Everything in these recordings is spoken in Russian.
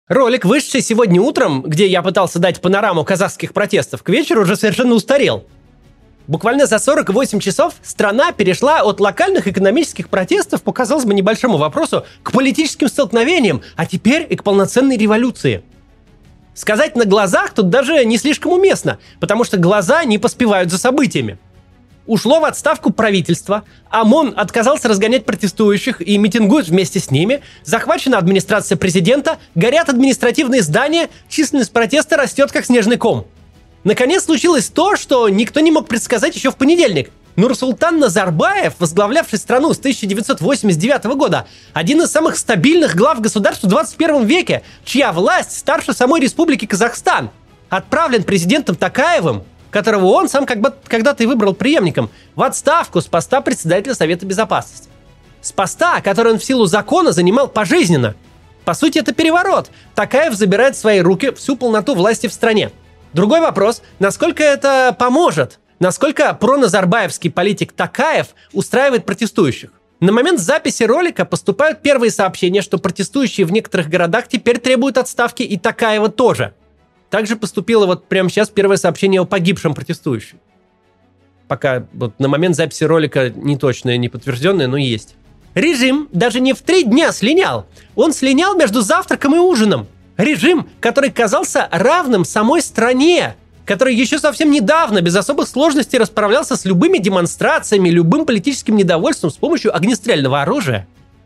Ролик, вышедший сегодня утром, где я пытался дать панораму казахских протестов, к вечеру уже совершенно устарел. Буквально за 48 часов страна перешла от локальных экономических протестов по, казалось бы, небольшому вопросу к политическим столкновениям, а теперь и к полноценной революции. Сказать на глазах тут даже не слишком уместно, потому что глаза не поспевают за событиями. Ушло в отставку правительство, ОМОН отказался разгонять протестующих и митингует вместе с ними, захвачена администрация президента, горят административные здания, численность протеста растет как снежный ком. Наконец случилось то, что никто не мог предсказать еще в понедельник. Нурсултан Назарбаев, возглавлявший страну с 1989 года, один из самых стабильных глав государств в 21 веке, чья власть старше самой Республики Казахстан, отправлен президентом Токаевым, которого он сам когда-то и выбрал преемником, в отставку с поста председателя Совета Безопасности. С поста, который он в силу закона занимал пожизненно. По сути, это переворот. Токаев забирает в свои руки всю полноту власти в стране. Другой вопрос, насколько это поможет, насколько проназарбаевский политик Токаев устраивает протестующих. На момент записи ролика поступают первые сообщения, что протестующие в некоторых городах теперь требуют отставки и Токаева тоже. Также поступило вот прямо сейчас первое сообщение о погибшем протестующем. Пока вот на момент записи ролика не точное, не подтвержденное, но есть. Режим даже не в 3 дня слинял. Он слинял между завтраком и ужином. Режим, который казался равным самой стране, который еще совсем недавно без особых сложностей расправлялся с любыми демонстрациями, любым политическим недовольством с помощью огнестрельного оружия.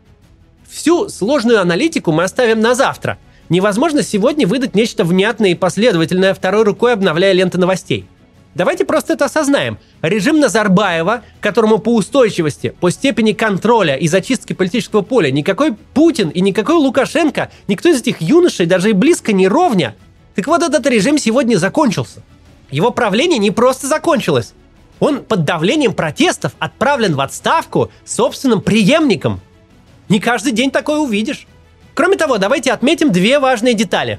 Всю сложную аналитику мы оставим на завтра. Невозможно сегодня выдать нечто внятное и последовательное, второй рукой обновляя ленты новостей. Давайте просто это осознаем. Режим Назарбаева, которому по устойчивости, по степени контроля и зачистки политического поля никакой Путин и никакой Лукашенко, никто из этих юношей даже и близко не ровня. Так вот, этот режим сегодня закончился. Его правление не просто закончилось. Он под давлением протестов отправлен в отставку собственным преемником. Не каждый день такое увидишь. Кроме того, давайте отметим 2 важные детали.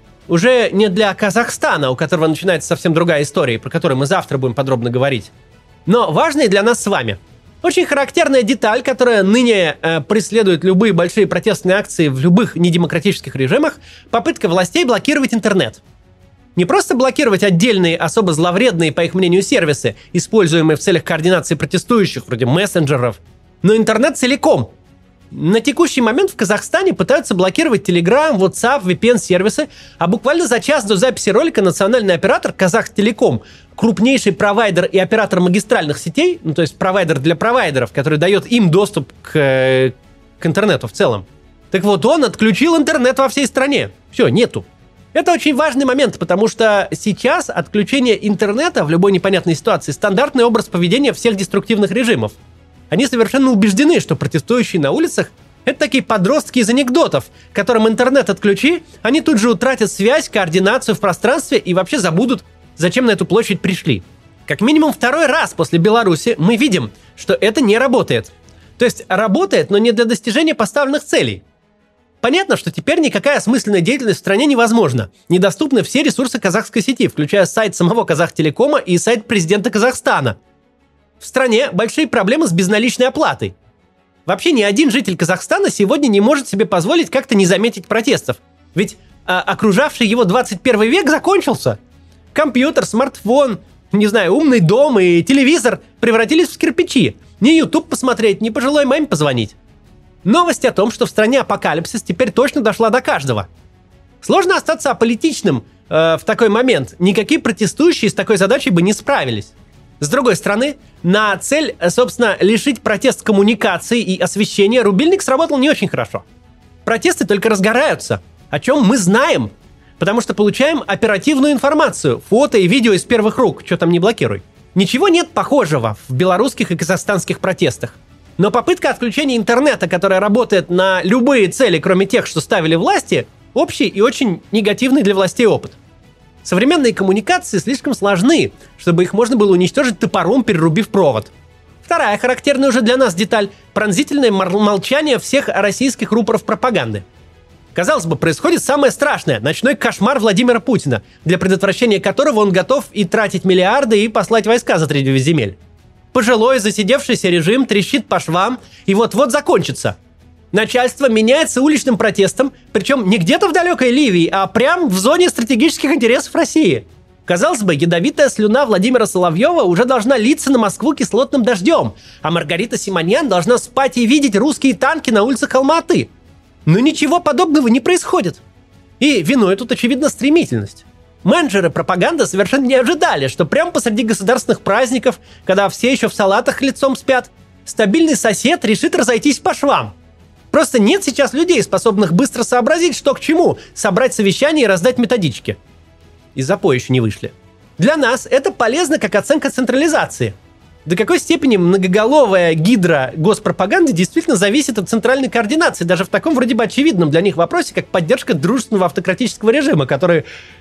Уже не для Казахстана, у которого начинается совсем другая история, про которую мы завтра будем подробно говорить, но важные для нас с вами. Очень характерная деталь, которая ныне преследует любые большие протестные акции в любых недемократических режимах – попытка властей блокировать интернет. Не просто блокировать отдельные, особо зловредные, по их мнению, сервисы, используемые в целях координации протестующих, вроде мессенджеров, но интернет целиком. На текущий момент в Казахстане пытаются блокировать Telegram, WhatsApp, VPN-сервисы, а буквально за час до записи ролика национальный оператор Казахтелеком, крупнейший провайдер и оператор магистральных сетей, ну то есть провайдер для провайдеров, который дает им доступ к интернету в целом. Так вот, он отключил интернет во всей стране. Все, нету. Это очень важный момент, потому что сейчас отключение интернета в любой непонятной ситуации – стандартный образ поведения всех деструктивных режимов. Они совершенно убеждены, что протестующие на улицах – это такие подростки из анекдотов, которым интернет отключи, они тут же утратят связь, координацию в пространстве и вообще забудут, зачем на эту площадь пришли. Как минимум 2-й раз после Беларуси мы видим, что это не работает. То есть работает, но не для достижения поставленных целей. Понятно, что теперь никакая осмысленная деятельность в стране невозможна. Недоступны все ресурсы казахской сети, включая сайт самого Казахтелекома и сайт президента Казахстана. В стране большие проблемы с безналичной оплатой. Вообще ни один житель Казахстана сегодня не может себе позволить как-то не заметить протестов. Ведь окружавший его 21 век закончился. Компьютер, смартфон, не знаю, умный дом и телевизор превратились в кирпичи. Ни YouTube посмотреть, ни пожилой маме позвонить. Новость о том, что в стране апокалипсис, теперь точно дошла до каждого. Сложно остаться аполитичным в такой момент. Никакие протестующие с такой задачей бы не справились. С другой стороны, на цель, собственно, лишить протест коммуникации и освещения рубильник сработал не очень хорошо. Протесты только разгораются, о чем мы знаем, потому что получаем оперативную информацию, фото и видео из первых рук, что там не блокируй. Ничего нет похожего в белорусских и казахстанских протестах. Но попытка отключения интернета, которая работает на любые цели, кроме тех, что ставили власти, общий и очень негативный для властей опыт. Современные коммуникации слишком сложны, чтобы их можно было уничтожить топором, перерубив провод. Вторая характерная уже для нас деталь – пронзительное молчание всех российских рупоров пропаганды. Казалось бы, происходит самое страшное – ночной кошмар Владимира Путина, для предотвращения которого он готов и тратить миллиарды, и послать войска за 3 земель. Пожилой, засидевшийся режим трещит по швам и вот-вот закончится. Начальство меняется уличным протестом, причем не где-то в далекой Ливии, а прям в зоне стратегических интересов России. Казалось бы, ядовитая слюна Владимира Соловьева уже должна литься на Москву кислотным дождем, а Маргарита Симоньян должна спать и видеть русские танки на улицах Алма-Аты. Но ничего подобного не происходит. И виной тут, очевидно, стремительность. Менеджеры пропаганды совершенно не ожидали, что прямо посреди государственных праздников, когда все еще в салатах лицом спят, стабильный сосед решит разойтись по швам. Просто нет сейчас людей, способных быстро сообразить, что к чему, собрать совещание и раздать методички. Из запоя еще не вышли. Для нас это полезно как оценка централизации. До какой степени многоголовая гидра госпропаганды действительно зависит от центральной координации, даже в таком вроде бы очевидном для них вопросе, как поддержка дружественного автократического режима, который,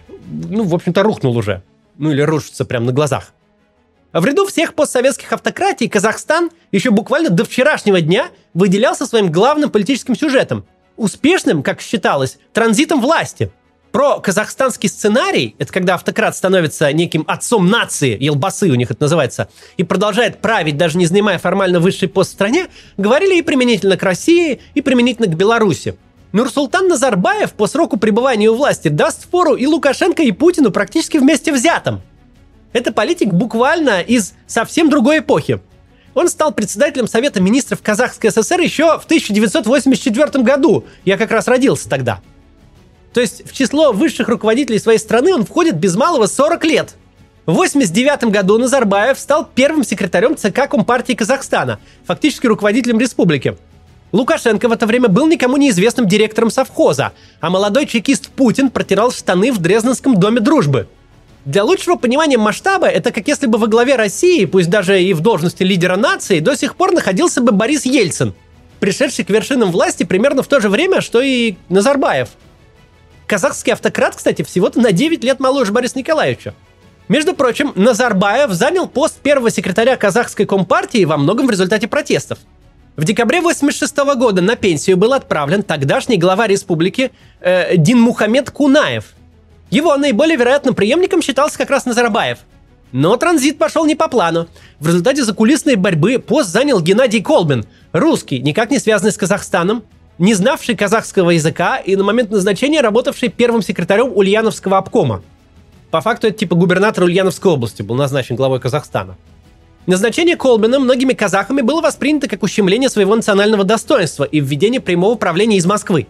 в общем-то, рухнул уже. Или рушится прямо на глазах. А в ряду всех постсоветских автократий Казахстан еще буквально до вчерашнего дня выделялся своим главным политическим сюжетом. Успешным, как считалось, транзитом власти. Про казахстанский сценарий, это когда автократ становится неким отцом нации, елбасы у них это называется, и продолжает править, даже не занимая формально высший пост в стране, говорили и применительно к России, и применительно к Беларуси. Нурсултан Назарбаев по сроку пребывания у власти даст фору и Лукашенко, и Путину практически вместе взятым. Это политик буквально из совсем другой эпохи. Он стал председателем Совета министров Казахской ССР еще в 1984 году. Я как раз родился тогда. То есть в число высших руководителей своей страны он входит без малого 40 лет. В 1989 году Назарбаев стал первым секретарем ЦК Компартии Казахстана, фактически руководителем республики. Лукашенко в это время был никому неизвестным директором совхоза, а молодой чекист Путин протирал штаны в Дрезденском доме дружбы. Для лучшего понимания масштаба, это как если бы во главе России, пусть даже и в должности лидера нации, до сих пор находился бы Борис Ельцин, пришедший к вершинам власти примерно в то же время, что и Назарбаев. Казахский автократ, кстати, всего-то на 9 лет моложе Бориса Николаевича. Между прочим, Назарбаев занял пост первого секретаря казахской компартии во многом в результате протестов. В декабре 1986 года на пенсию был отправлен тогдашний глава республики Динмухамед Кунаев. Его наиболее вероятным преемником считался как раз Назарбаев. Но транзит пошел не по плану. В результате закулисной борьбы пост занял Геннадий Колбин, русский, никак не связанный с Казахстаном, не знавший казахского языка и на момент назначения работавший первым секретарем Ульяновского обкома. По факту это типа губернатор Ульяновской области был назначен главой Казахстана. Назначение Колбина многими казахами было воспринято как ущемление своего национального достоинства и введение прямого правления из Москвы.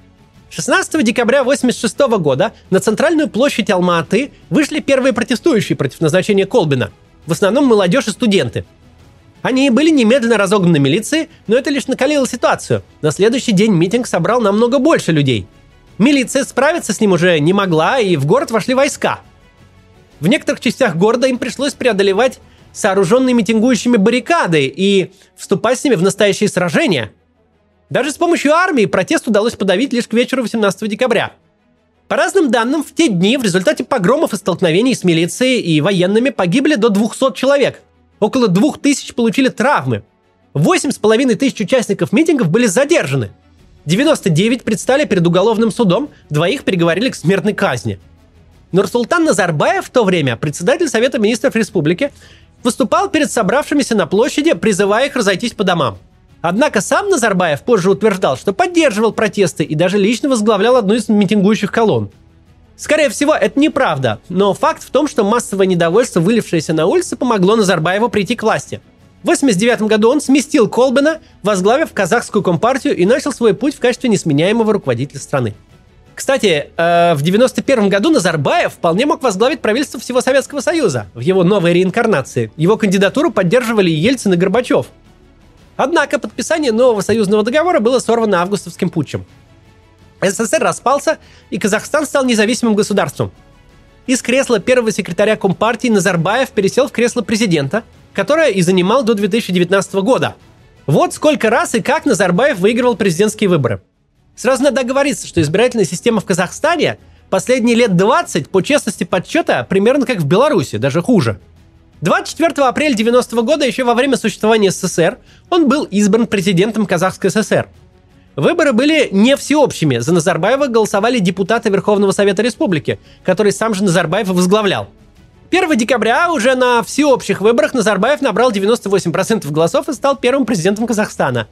16 декабря 1986 года на центральную площадь Алма-Аты вышли первые протестующие против назначения Колбина, в основном молодежь и студенты. Они были немедленно разогнаны милицией, но это лишь накалило ситуацию. На следующий день митинг собрал намного больше людей. Милиция справиться с ним уже не могла, и в город вошли войска. В некоторых частях города им пришлось преодолевать сооруженные митингующими баррикады и вступать с ними в настоящие сражения. Даже с помощью армии протест удалось подавить лишь к вечеру 18 декабря. По разным данным, в те дни в результате погромов и столкновений с милицией и военными погибли до 200 человек. Около 2000 получили травмы. 8500 участников митингов были задержаны. 99 предстали перед уголовным судом, 2 приговорили к смертной казни. Нурсултан Назарбаев в то время, председатель Совета министров республики, выступал перед собравшимися на площади, призывая их разойтись по домам. Однако сам Назарбаев позже утверждал, что поддерживал протесты и даже лично возглавлял одну из митингующих колонн. Скорее всего, это неправда, но факт в том, что массовое недовольство, вылившееся на улицы, помогло Назарбаеву прийти к власти. В 1989 году он сместил Колбина, возглавив казахскую компартию, и начал свой путь в качестве несменяемого руководителя страны. Кстати, в 1991 году Назарбаев вполне мог возглавить правительство всего Советского Союза в его новой реинкарнации. Его кандидатуру поддерживали и Ельцин, и Горбачев. Однако подписание нового союзного договора было сорвано августовским путчем. СССР распался, и Казахстан стал независимым государством. Из кресла первого секретаря Компартии Назарбаев пересел в кресло президента, которое и занимал до 2019 года. Вот сколько раз и как Назарбаев выигрывал президентские выборы. Сразу надо оговориться, что избирательная система в Казахстане последние лет 20 по честности подсчета примерно как в Беларуси, даже хуже. 24 апреля 1990 года, еще во время существования СССР, он был избран президентом Казахской ССР. Выборы были не всеобщими, за Назарбаева голосовали депутаты Верховного Совета Республики, который сам же Назарбаев возглавлял. 1 декабря уже на всеобщих выборах Назарбаев набрал 98% голосов и стал первым президентом Казахстана.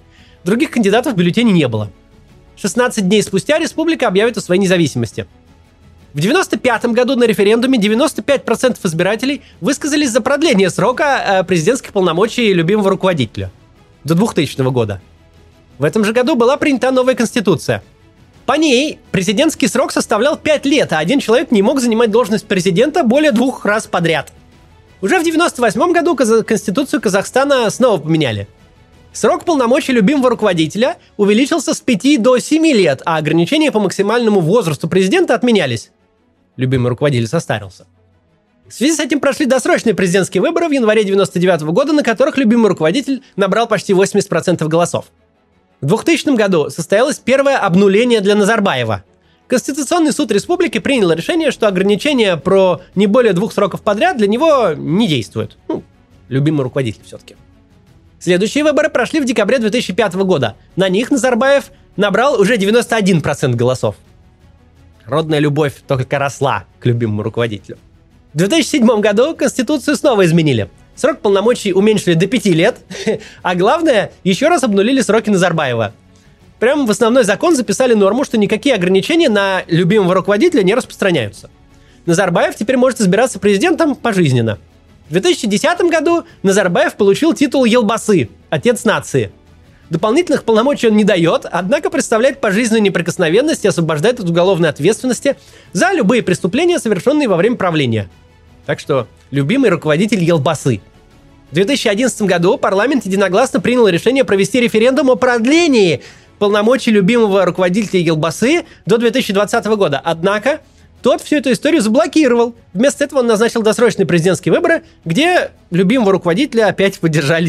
Других кандидатов в бюллетене не было. 16 дней спустя республика объявит о своей независимости. В 1995 году на референдуме 95% избирателей высказались за продление срока президентских полномочий любимого руководителя до 2000 года. В этом же году была принята новая конституция. По ней президентский срок составлял 5 лет, а один человек не мог занимать должность президента более 2 раз подряд. Уже в 1998 году Конституцию Казахстана снова поменяли. Срок полномочий любимого руководителя увеличился с 5 до 7 лет, а ограничения по максимальному возрасту президента отменялись. Любимый руководитель состарился. В связи с этим прошли досрочные президентские выборы в январе 1999 года, на которых любимый руководитель набрал почти 80% голосов. В 2000 году состоялось первое обнуление для Назарбаева. Конституционный суд республики принял решение, что ограничения про не более 2 сроков подряд для него не действуют. Любимый руководитель все-таки. Следующие выборы прошли в декабре 2005 года. На них Назарбаев набрал уже 91% голосов. Родная любовь только росла к любимому руководителю. В 2007 году Конституцию снова изменили. Срок полномочий уменьшили до 5 лет, а главное, еще раз обнулили сроки Назарбаева. Прямо в основной закон записали норму, что никакие ограничения на любимого руководителя не распространяются. Назарбаев теперь может избираться президентом пожизненно. В 2010 году Назарбаев получил титул Елбасы – отец нации. Дополнительных полномочий он не дает, однако представляет пожизненную неприкосновенность и освобождает от уголовной ответственности за любые преступления, совершенные во время правления. Так что любимый руководитель Елбасы. В 2011 году парламент единогласно принял решение провести референдум о продлении полномочий любимого руководителя Елбасы до 2020 года. Однако тот всю эту историю заблокировал. Вместо этого он назначил досрочные президентские выборы, где любимого руководителя опять поддержали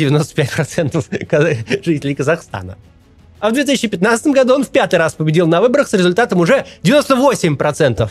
95% жителей Казахстана. А в 2015 году он в 5-й раз победил на выборах с результатом уже 98%.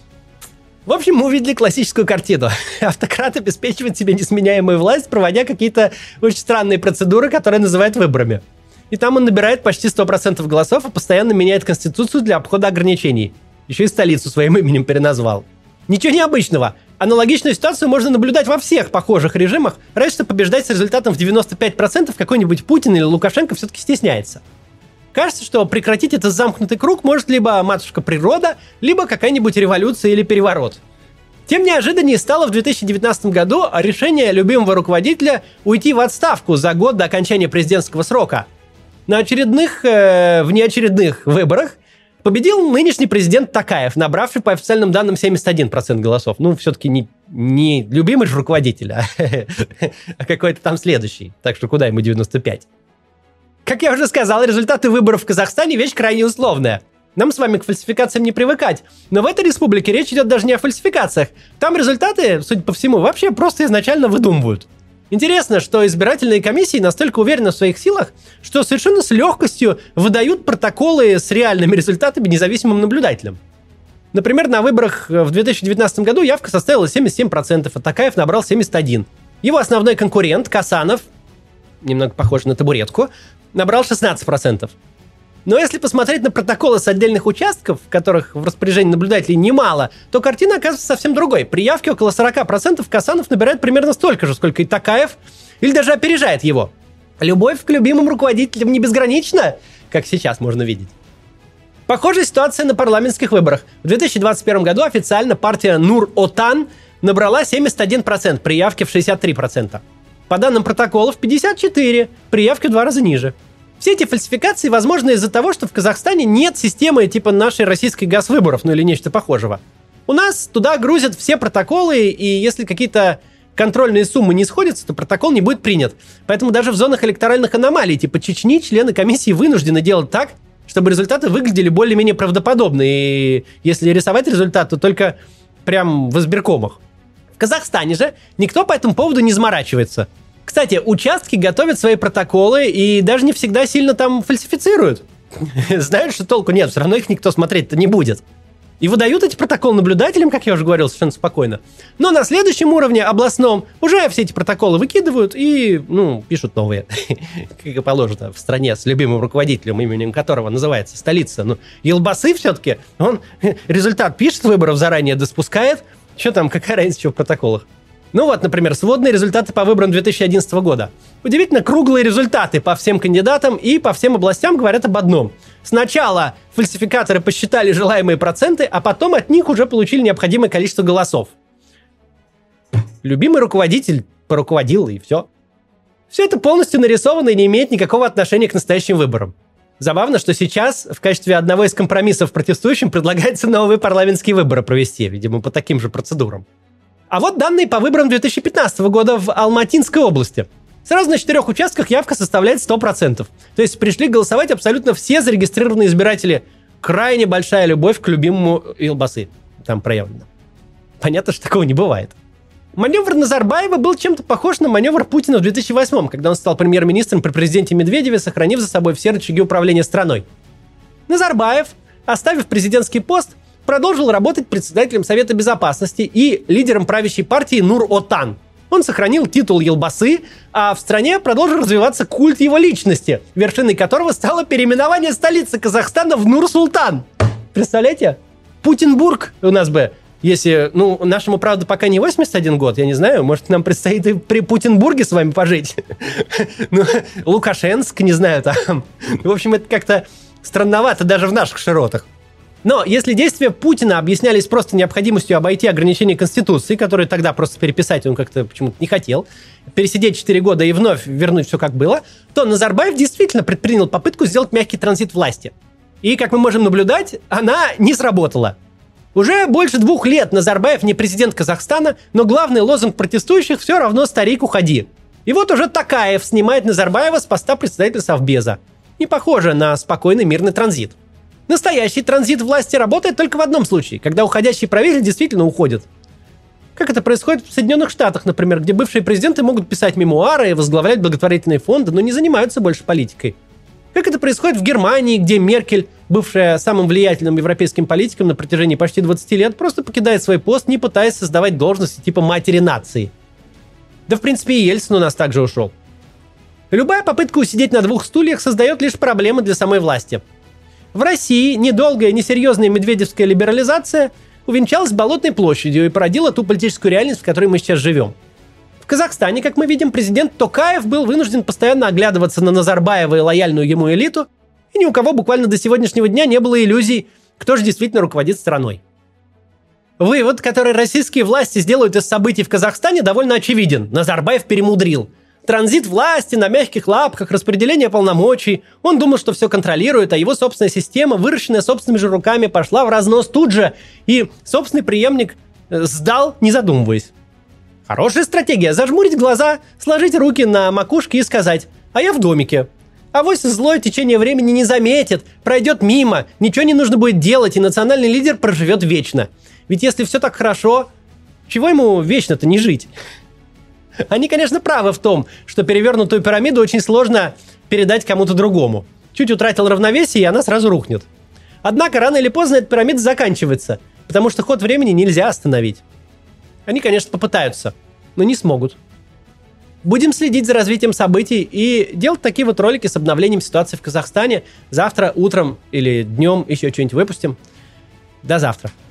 В общем, мы увидели классическую картину. Автократ обеспечивает себе несменяемую власть, проводя какие-то очень странные процедуры, которые называют выборами. И там он набирает почти 100% голосов и постоянно меняет конституцию для обхода ограничений. Еще и столицу своим именем переназвал. Ничего необычного. Аналогичную ситуацию можно наблюдать во всех похожих режимах, разве что побеждать с результатом в 95% какой-нибудь Путин или Лукашенко все-таки стесняется. Кажется, что прекратить этот замкнутый круг может либо матушка природа, либо какая-нибудь революция или переворот. Тем неожиданнее стало в 2019 году решение любимого руководителя уйти в отставку за год до окончания президентского срока. На внеочередных выборах победил нынешний президент Токаев, набравший по официальным данным 71% голосов. Все-таки не любимый же руководитель, а какой-то там следующий. Так что куда ему 95? Как я уже сказал, результаты выборов в Казахстане вещь крайне условная. Нам с вами к фальсификациям не привыкать. Но в этой республике речь идет даже не о фальсификациях. Там результаты, судя по всему, вообще просто изначально выдумывают. Интересно, что избирательные комиссии настолько уверены в своих силах, что совершенно с легкостью выдают протоколы с реальными результатами независимым наблюдателям. Например, на выборах в 2019 году явка составила 77%, а Токаев набрал 71%. Его основной конкурент, Касанов, немного похож на табуретку, набрал 16%. Но если посмотреть на протоколы с отдельных участков, которых в распоряжении наблюдателей немало, то картина оказывается совсем другой. При явке около 40% Касанов набирает примерно столько же, сколько и Токаев, или даже опережает его. Любовь к любимым руководителям не безгранична, как сейчас можно видеть. Похожая ситуация на парламентских выборах. В 2021 году официально партия Нур-Отан набрала 71% при явке в 63%. По данным протоколов 54%, при явке в 2 раза ниже. Все эти фальсификации возможны из-за того, что в Казахстане нет системы типа нашей российской газвыборов, или нечто похожего. У нас туда грузят все протоколы, и если какие-то контрольные суммы не сходятся, то протокол не будет принят. Поэтому даже в зонах электоральных аномалий типа Чечни члены комиссии вынуждены делать так, чтобы результаты выглядели более-менее правдоподобно. И если рисовать результат, то только прям в избиркомах. В Казахстане же никто по этому поводу не заморачивается. Кстати, участки готовят свои протоколы и даже не всегда сильно там фальсифицируют. Знают, что толку нет, все равно их никто смотреть-то не будет. И выдают эти протоколы наблюдателям, как я уже говорил, совершенно спокойно. Но на следующем уровне, областном, уже все эти протоколы выкидывают и, пишут новые. Как и положено в стране с любимым руководителем, именем которого называется столица. Елбасы все-таки, он результат пишет выборов заранее, да спускает. Что там, какая разница, что в протоколах? Ну вот, например, сводные результаты по выборам 2011 года. Удивительно круглые результаты по всем кандидатам и по всем областям говорят об одном. Сначала фальсификаторы посчитали желаемые проценты, а потом от них уже получили необходимое количество голосов. Любимый руководитель поруководил, и все. Все это полностью нарисовано и не имеет никакого отношения к настоящим выборам. Забавно, что сейчас в качестве одного из компромиссов протестующим предлагается новые парламентские выборы провести, видимо, по таким же процедурам. А вот данные по выборам 2015 года в Алматинской области. Сразу на 4 участках явка составляет 100%. То есть пришли голосовать абсолютно все зарегистрированные избиратели. Крайне большая любовь к любимому Елбасы там проявлена. Понятно, что такого не бывает. Маневр Назарбаева был чем-то похож на маневр Путина в 2008, когда он стал премьер-министром при президенте Медведеве, сохранив за собой все рычаги управления страной. Назарбаев, оставив президентский пост, продолжил работать председателем Совета Безопасности и лидером правящей партии Нур-Отан. Он сохранил титул Елбасы, а в стране продолжил развиваться культ его личности, вершиной которого стало переименование столицы Казахстана в Нур-Султан. Представляете? Путинбург у нас бы, если, нашему, правда, пока не 81 год, я не знаю, может, нам предстоит и при Путинбурге с вами пожить. Лукашенск, не знаю, там. В общем, это как-то странновато даже в наших широтах. Но если действия Путина объяснялись просто необходимостью обойти ограничения Конституции, которые тогда просто переписать он как-то почему-то не хотел, пересидеть 4 года и вновь вернуть все как было, то Назарбаев действительно предпринял попытку сделать мягкий транзит власти. И, как мы можем наблюдать, она не сработала. Уже больше 2 лет Назарбаев не президент Казахстана, но главный лозунг протестующих все равно «Старик, уходи». И вот уже Токаев снимает Назарбаева с поста председателя Совбеза. Не похоже на спокойный мирный транзит. Настоящий транзит власти работает только в одном случае, когда уходящий правитель действительно уходит. Как это происходит в Соединенных Штатах, например, где бывшие президенты могут писать мемуары и возглавлять благотворительные фонды, но не занимаются больше политикой. Как это происходит в Германии, где Меркель, бывшая самым влиятельным европейским политиком на протяжении почти 20 лет, просто покидает свой пост, не пытаясь создавать должности типа матери нации. Да, в принципе, и Ельцин у нас также ушел. Любая попытка усидеть на 2 стульях создает лишь проблемы для самой власти. В России недолгая, несерьезная медведевская либерализация увенчалась Болотной площадью и породила ту политическую реальность, в которой мы сейчас живем. В Казахстане, как мы видим, президент Токаев был вынужден постоянно оглядываться на Назарбаева и лояльную ему элиту, и ни у кого буквально до сегодняшнего дня не было иллюзий, кто же действительно руководит страной. Вывод, который российские власти сделают из событий в Казахстане, довольно очевиден. Назарбаев перемудрил. Транзит власти на мягких лапках, распределение полномочий. Он думал, что все контролирует, а его собственная система, выращенная собственными же руками, пошла в разнос тут же, и собственный преемник сдал, не задумываясь. Хорошая стратегия – зажмурить глаза, сложить руки на макушке и сказать: «А я в домике». Авось злое течение времени не заметит, пройдет мимо, ничего не нужно будет делать, и национальный лидер проживет вечно. Ведь если все так хорошо, чего ему вечно-то не жить? Они, конечно, правы в том, что перевернутую пирамиду очень сложно передать кому-то другому. Чуть утратил равновесие, и она сразу рухнет. Однако рано или поздно эта пирамида заканчивается, потому что ход времени нельзя остановить. Они, конечно, попытаются, но не смогут. Будем следить за развитием событий и делать такие вот ролики с обновлением ситуации в Казахстане. Завтра утром или днем еще что-нибудь выпустим. До завтра.